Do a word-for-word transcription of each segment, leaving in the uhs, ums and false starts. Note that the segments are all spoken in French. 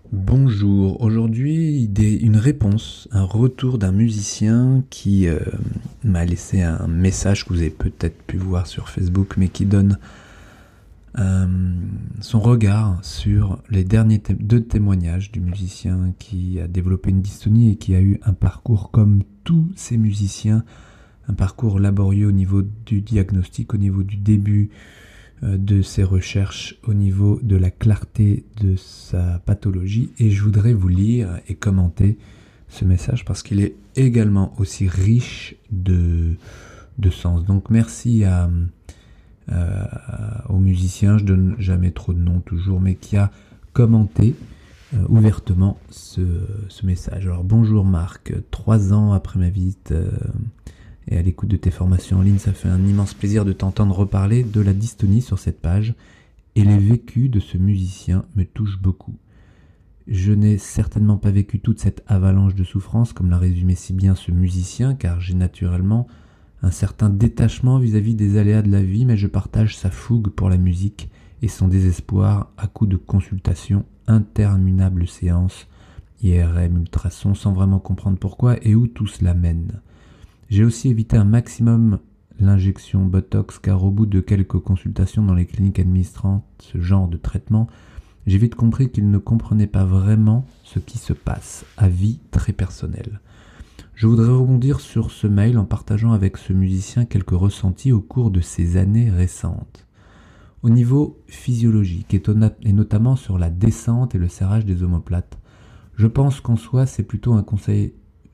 Bonjour, aujourd'hui des- une réponse, un retour d'un musicien qui euh, m'a laissé un message que vous avez peut-être pu voir sur Facebook, mais qui donne euh, son regard sur les derniers té- deux témoignages du musicien qui a développé une dystonie et qui a eu un parcours comme tous ces musiciens, un parcours laborieux au niveau du diagnostic, au niveau du début euh, de ses recherches, au niveau de la clarté de sa pathologie. Et je voudrais vous lire et commenter ce message parce qu'il est également aussi riche de, de sens. Donc merci à, euh, au musicien, je donne jamais trop de noms toujours, mais qui a commenté euh, ouvertement ce, ce message. Alors bonjour Marc, trois ans après ma visite euh, et à l'écoute de tes formations en ligne, ça fait un immense plaisir de t'entendre reparler de la dystonie sur cette page, et les vécus de ce musicien me touchent beaucoup. Je n'ai certainement pas vécu toute cette avalanche de souffrance comme l'a résumé si bien ce musicien, car j'ai naturellement un certain détachement vis-à-vis des aléas de la vie, mais je partage sa fougue pour la musique et son désespoir à coups de consultations, interminables séances, I R M, ultrasons, sans vraiment comprendre pourquoi et où tout cela mène. J'ai aussi évité un maximum l'injection Botox, car au bout de quelques consultations dans les cliniques administrant ce genre de traitement, j'ai vite compris qu'il ne comprenait pas vraiment ce qui se passe, avis très personnel. Je voudrais rebondir sur ce mail en partageant avec ce musicien quelques ressentis au cours de ces années récentes. Au niveau physiologique, et notamment sur la descente et le serrage des omoplates, je pense qu'en soi c'est plutôt un conseil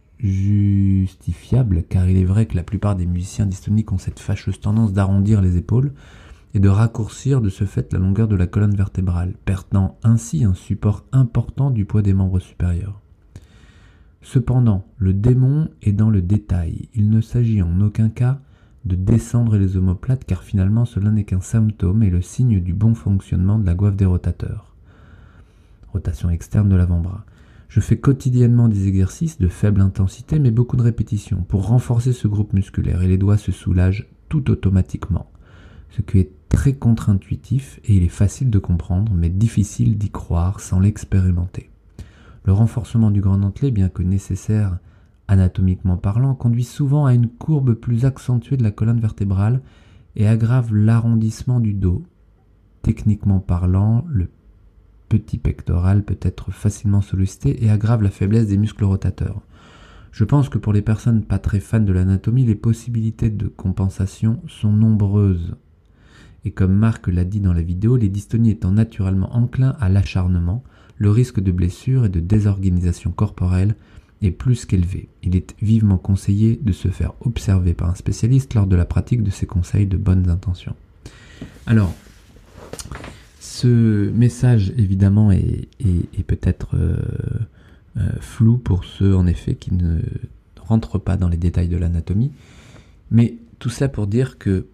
justifiable, car il est vrai que la plupart des musiciens dystoniques ont cette fâcheuse tendance d'arrondir les épaules et de raccourcir de ce fait la longueur de la colonne vertébrale, perdant ainsi un support important du poids des membres supérieurs. Cependant, le démon est dans le détail. Il ne s'agit en aucun cas de descendre les omoplates, car finalement cela n'est qu'un symptôme et le signe du bon fonctionnement de la coiffe des rotateurs. Rotation externe de l'avant-bras. Je fais quotidiennement des exercices de faible intensité mais beaucoup de répétitions pour renforcer ce groupe musculaire, et les doigts se soulagent tout automatiquement, ce qui est très contre-intuitif et il est facile de comprendre mais difficile d'y croire sans l'expérimenter. Le renforcement du grand dentelé, bien que nécessaire anatomiquement parlant, conduit souvent à une courbe plus accentuée de la colonne vertébrale et aggrave l'arrondissement du dos. Techniquement parlant, le petit pectoral peut être facilement sollicité et aggrave la faiblesse des muscles rotateurs. Je pense que pour les personnes pas très fans de l'anatomie, les possibilités de compensation sont nombreuses. Et comme Marc l'a dit dans la vidéo, les dystonies étant naturellement enclins à l'acharnement, le risque de blessure et de désorganisation corporelle est plus qu'élevé. Il est vivement conseillé de se faire observer par un spécialiste lors de la pratique de ces conseils de bonnes intentions. Alors, ce message évidemment est, est, est peut-être euh, euh, flou pour ceux en effet qui ne rentrent pas dans les détails de l'anatomie, mais tout ça pour dire que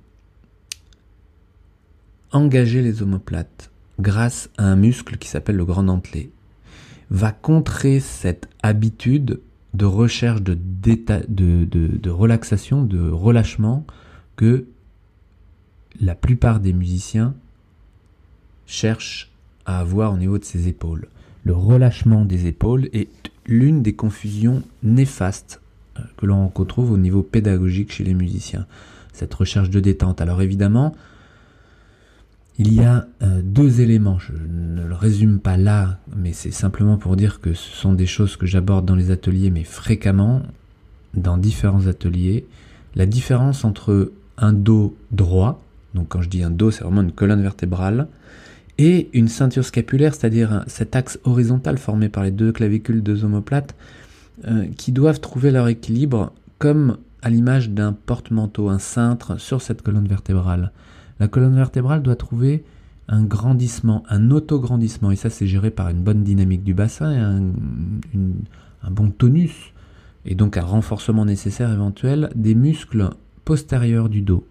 engager les omoplates grâce à un muscle qui s'appelle le grand dentelé va contrer cette habitude de recherche de, déta- de, de, de relaxation, de relâchement que la plupart des musiciens cherchent à avoir au niveau de ses épaules. Le relâchement des épaules est l'une des confusions néfastes que l'on retrouve au niveau pédagogique chez les musiciens. Cette recherche de détente. Alors évidemment, il y a euh, deux éléments, je ne le résume pas là, mais c'est simplement pour dire que ce sont des choses que j'aborde dans les ateliers, mais fréquemment, dans différents ateliers. La différence entre un dos droit, donc quand je dis un dos, c'est vraiment une colonne vertébrale, et une ceinture scapulaire, c'est-à-dire un, cet axe horizontal formé par les deux clavicules, deux omoplates, euh, qui doivent trouver leur équilibre comme à l'image d'un porte-manteau, un cintre sur cette colonne vertébrale. La colonne vertébrale doit trouver un grandissement, un autograndissement, et ça c'est géré par une bonne dynamique du bassin et un, une, un bon tonus, et donc un renforcement nécessaire éventuel des muscles postérieurs du dos.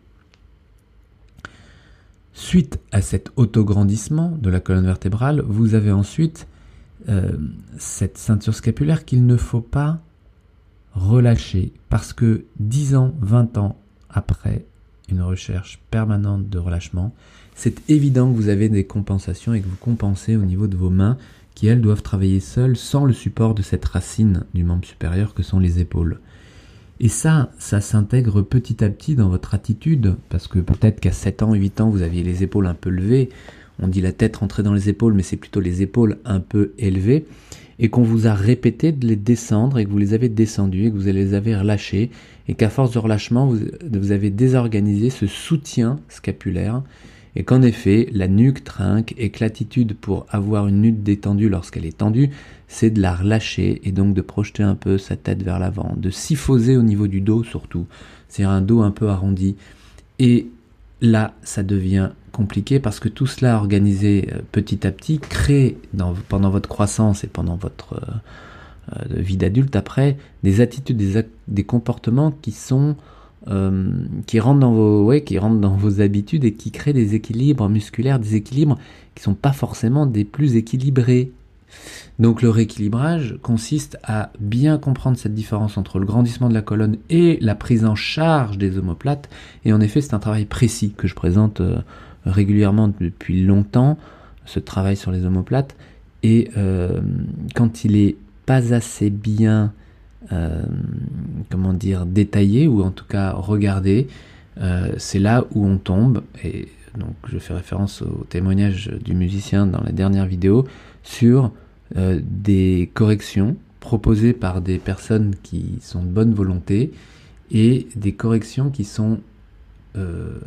Suite à cet autograndissement de la colonne vertébrale, vous avez ensuite euh, cette ceinture scapulaire qu'il ne faut pas relâcher, parce que dix ans, vingt ans après une recherche permanente de relâchement, c'est évident que vous avez des compensations et que vous compensez au niveau de vos mains qui elles doivent travailler seules sans le support de cette racine du membre supérieur que sont les épaules. Et ça, ça s'intègre petit à petit dans votre attitude, parce que peut-être qu'à sept ans, huit ans, vous aviez les épaules un peu levées, on dit la tête rentrée dans les épaules, mais c'est plutôt les épaules un peu élevées, et qu'on vous a répété de les descendre, et que vous les avez descendues, et que vous les avez relâchées, et qu'à force de relâchement, vous, vous avez désorganisé ce soutien scapulaire, et qu'en effet, la nuque trinque, et que l'attitude pour avoir une nuque détendue lorsqu'elle est tendue, c'est de la relâcher, et donc de projeter un peu sa tête vers l'avant, de s'yphoser au niveau du dos surtout, c'est-à-dire un dos un peu arrondi. Et là, ça devient compliqué parce que tout cela organisé petit à petit crée dans, pendant votre croissance et pendant votre euh, euh, vie d'adulte après des attitudes, des, des comportements qui sont euh, qui rentrent dans vos ouais, qui rentrent dans vos habitudes et qui créent des équilibres musculaires, des équilibres qui sont pas forcément des plus équilibrés. Donc le rééquilibrage consiste à bien comprendre cette différence entre le grandissement de la colonne et la prise en charge des omoplates. Et en effet, c'est un travail précis que je présente euh, régulièrement depuis longtemps, ce travail sur les omoplates. Et euh, quand il est pas assez bien, euh, comment dire, détaillé ou en tout cas regardé, euh, c'est là où on tombe. Et donc je fais référence au témoignage du musicien dans la dernière vidéo sur Euh, des corrections proposées par des personnes qui sont de bonne volonté et des corrections qui sont euh,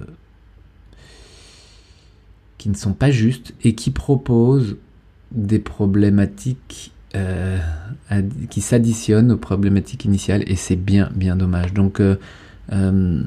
qui ne sont pas justes et qui proposent des problématiques euh, ad- qui s'additionnent aux problématiques initiales, et c'est bien bien dommage. Donc euh, euh,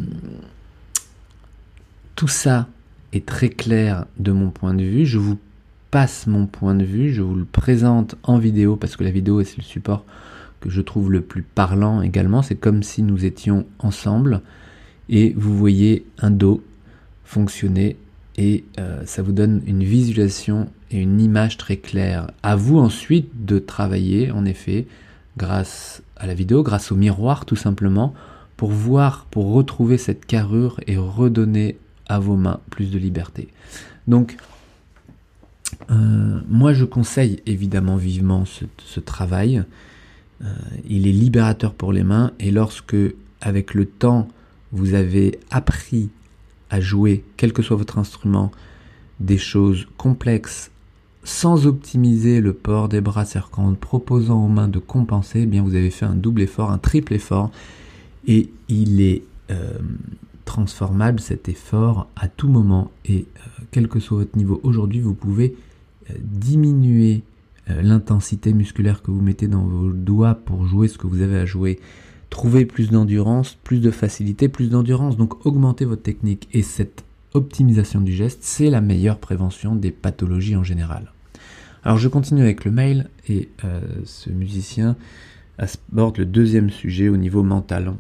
tout ça est très clair de mon point de vue. Je vous passe mon point de vue, je vous le présente en vidéo parce que la vidéo c'est le support que je trouve le plus parlant également. C'est comme si nous étions ensemble et vous voyez un dos fonctionner et euh, ça vous donne une visualisation et une image très claire. À vous ensuite de travailler en effet grâce à la vidéo, grâce au miroir tout simplement, pour voir, pour retrouver cette carrure et redonner à vos mains plus de liberté. Donc Euh, moi je conseille évidemment vivement ce, ce travail, euh, il est libérateur pour les mains, et lorsque avec le temps vous avez appris à jouer, quel que soit votre instrument, des choses complexes sans optimiser le port des bras, c'est-à-dire qu'en proposant aux mains de compenser, eh bien vous avez fait un double effort, un triple effort, et il est euh, transformable cet effort à tout moment, et euh, quel que soit votre niveau aujourd'hui, vous pouvez euh, diminuer euh, l'intensité musculaire que vous mettez dans vos doigts pour jouer ce que vous avez à jouer, trouver plus d'endurance, plus de facilité, plus d'endurance, donc augmenter votre technique, et cette optimisation du geste, c'est la meilleure prévention des pathologies en général. Alors je continue avec le mail, et euh, ce musicien aborde le deuxième sujet au niveau mental.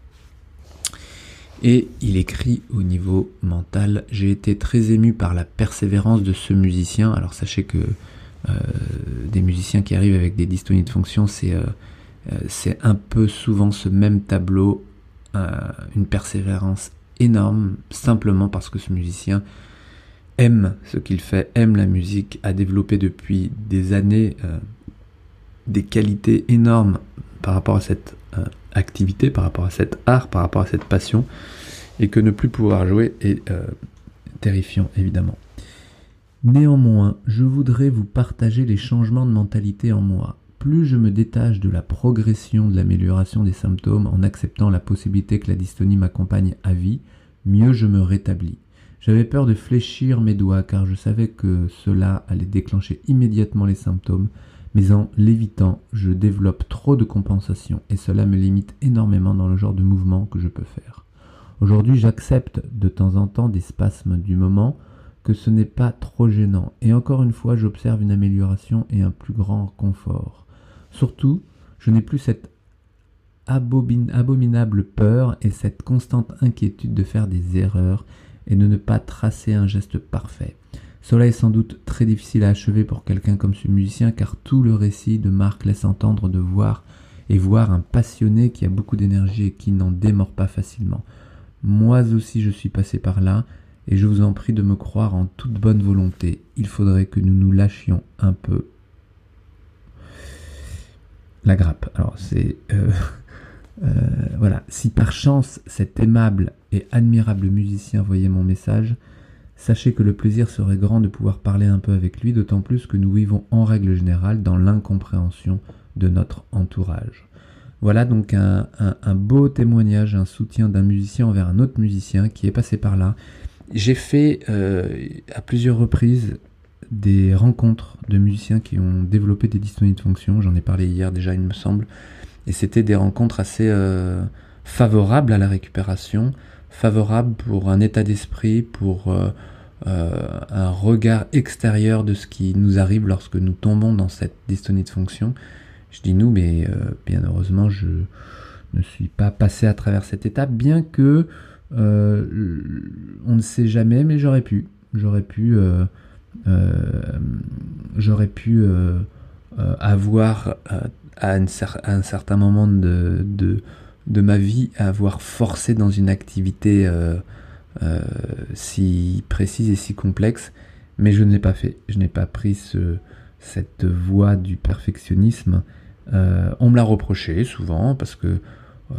Et il écrit au niveau mental: j'ai été très ému par la persévérance de ce musicien. Alors sachez que euh, des musiciens qui arrivent avec des dystonies de fonction, c'est euh, euh, c'est un peu souvent ce même tableau, euh, une persévérance énorme, simplement parce que ce musicien aime ce qu'il fait, aime la musique, a développé depuis des années euh, des qualités énormes par rapport à cette euh, activité, par rapport à cet art, par rapport à cette passion, et que ne plus pouvoir jouer est euh, terrifiant évidemment. Néanmoins, je voudrais vous partager les changements de mentalité en moi. Plus je me détache de la progression de l'amélioration des symptômes en acceptant la possibilité que la dystonie m'accompagne à vie, mieux je me rétablis. J'avais peur de fléchir mes doigts car je savais que cela allait déclencher immédiatement les symptômes, mais en l'évitant, je développe trop de compensation et cela me limite énormément dans le genre de mouvement que je peux faire. Aujourd'hui, j'accepte de temps en temps des spasmes du moment, que ce n'est pas trop gênant, et encore une fois, j'observe une amélioration et un plus grand confort. Surtout, je n'ai plus cette abomine, abominable peur et cette constante inquiétude de faire des erreurs et de ne pas tracer un geste parfait. Cela est sans doute très difficile à achever pour quelqu'un comme ce musicien, car tout le récit de Marc laisse entendre de voir et voir un passionné qui a beaucoup d'énergie et qui n'en démord pas facilement. Moi aussi je suis passé par là, et je vous en prie de me croire en toute bonne volonté. Il faudrait que nous nous lâchions un peu la grappe. Alors c'est... Euh, euh, voilà, si par chance cet aimable et admirable musicien voyait mon message, sachez que le plaisir serait grand de pouvoir parler un peu avec lui, d'autant plus que nous vivons en règle générale dans l'incompréhension de notre entourage. Voilà donc un, un, un beau témoignage, un soutien d'un musicien envers un autre musicien qui est passé par là. J'ai fait euh, à plusieurs reprises des rencontres de musiciens qui ont développé des dystonies de fonction. J'en ai parlé hier déjà, il me semble. Et c'était des rencontres assez euh, favorables à la récupération, favorables pour un état d'esprit, pour euh, euh, un regard extérieur de ce qui nous arrive lorsque nous tombons dans cette dystonie de fonction. Je dis nous, mais euh, bien heureusement, je ne suis pas passé à travers cette étape, bien que euh, on ne sait jamais, mais j'aurais pu. J'aurais pu... Euh, Euh, j'aurais pu euh, euh, avoir euh, à, une cer- à un certain moment de, de, de ma vie avoir forcé dans une activité euh, euh, si précise et si complexe, mais je ne l'ai pas fait. Je n'ai pas pris ce, cette voie du perfectionnisme. Euh, on me l'a reproché souvent parce que euh,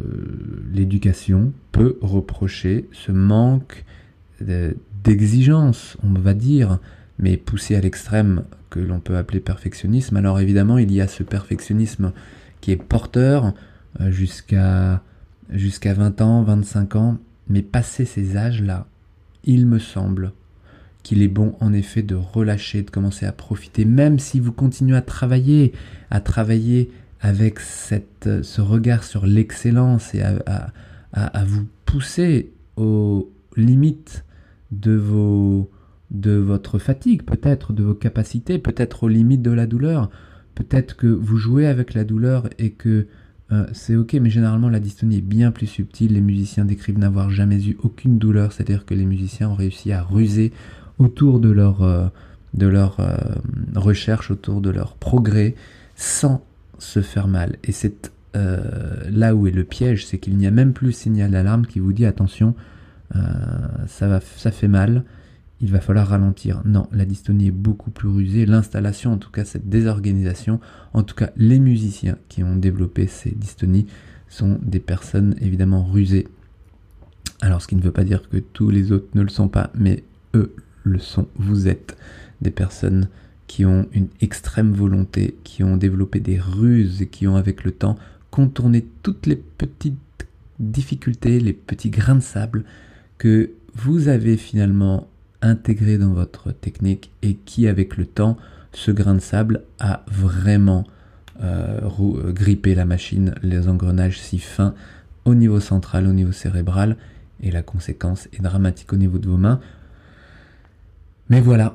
l'éducation peut reprocher ce manque de, d'exigence, on va dire, mais poussé à l'extrême que l'on peut appeler perfectionnisme. Alors évidemment, il y a ce perfectionnisme qui est porteur euh, jusqu'à, jusqu'à vingt ans, vingt-cinq ans, mais passé ces âges-là, il me semble qu'il est bon en effet de relâcher, de commencer à profiter, même si vous continuez à travailler, à travailler avec cette, ce regard sur l'excellence et à, à, à, à vous pousser aux limites de vos, de votre fatigue, peut-être de vos capacités, peut-être aux limites de la douleur, peut-être que vous jouez avec la douleur et que euh, c'est ok, mais généralement la dystonie est bien plus subtile. Les musiciens décrivent n'avoir jamais eu aucune douleur, c'est-à-dire que les musiciens ont réussi à ruser autour de leur, euh, de leur euh, recherche, autour de leur progrès, sans se faire mal. Et c'est euh, là où est le piège, c'est qu'il n'y a même plus le signal d'alarme qui vous dit attention, Euh, ça, va, ça fait mal, il va falloir ralentir. Non, la dystonie est beaucoup plus rusée. L'installation, en tout cas cette désorganisation, en tout cas les musiciens qui ont développé ces dystonies sont des personnes évidemment rusées. Alors ce qui ne veut pas dire que tous les autres ne le sont pas, mais eux le sont. Vous êtes des personnes qui ont une extrême volonté, qui ont développé des ruses et qui ont avec le temps contourné toutes les petites difficultés, les petits grains de sable que vous avez finalement intégré dans votre technique et qui, avec le temps, ce grain de sable a vraiment euh, rou- grippé la machine, les engrenages si fins au niveau central, au niveau cérébral, et la conséquence est dramatique au niveau de vos mains. Mais voilà,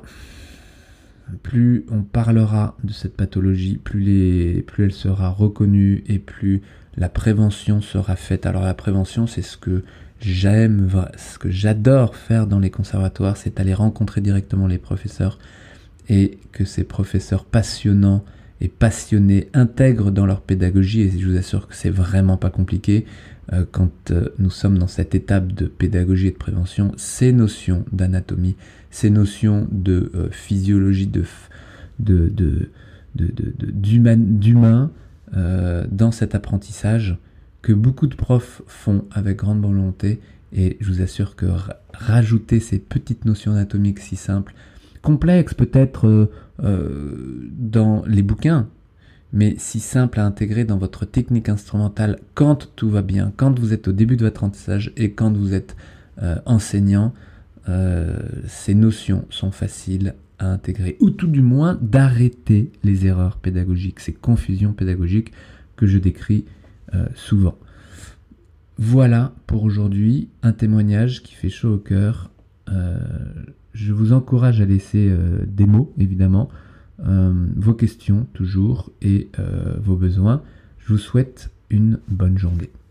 plus on parlera de cette pathologie, plus, les, plus elle sera reconnue et plus la prévention sera faite. Alors la prévention, c'est ce que j'aime, ce que j'adore faire dans les conservatoires, c'est aller rencontrer directement les professeurs et que ces professeurs passionnants et passionnés intègrent dans leur pédagogie, et je vous assure que c'est vraiment pas compliqué euh, quand euh, nous sommes dans cette étape de pédagogie et de prévention, ces notions d'anatomie, ces notions de euh, physiologie, de, de, de, de, de, de, d'humain, d'humain euh, dans cet apprentissage que beaucoup de profs font avec grande volonté, et je vous assure que r- rajouter ces petites notions anatomiques si simples, complexes peut-être euh, euh, dans les bouquins, mais si simples à intégrer dans votre technique instrumentale quand tout va bien, quand vous êtes au début de votre apprentissage et quand vous êtes euh, enseignant, euh, ces notions sont faciles à intégrer, ou tout du moins d'arrêter les erreurs pédagogiques, ces confusions pédagogiques que je décris Euh, souvent. Voilà pour aujourd'hui, un témoignage qui fait chaud au cœur. Euh, je vous encourage à laisser euh, des mots, évidemment, euh, vos questions toujours et euh, vos besoins. Je vous souhaite une bonne journée.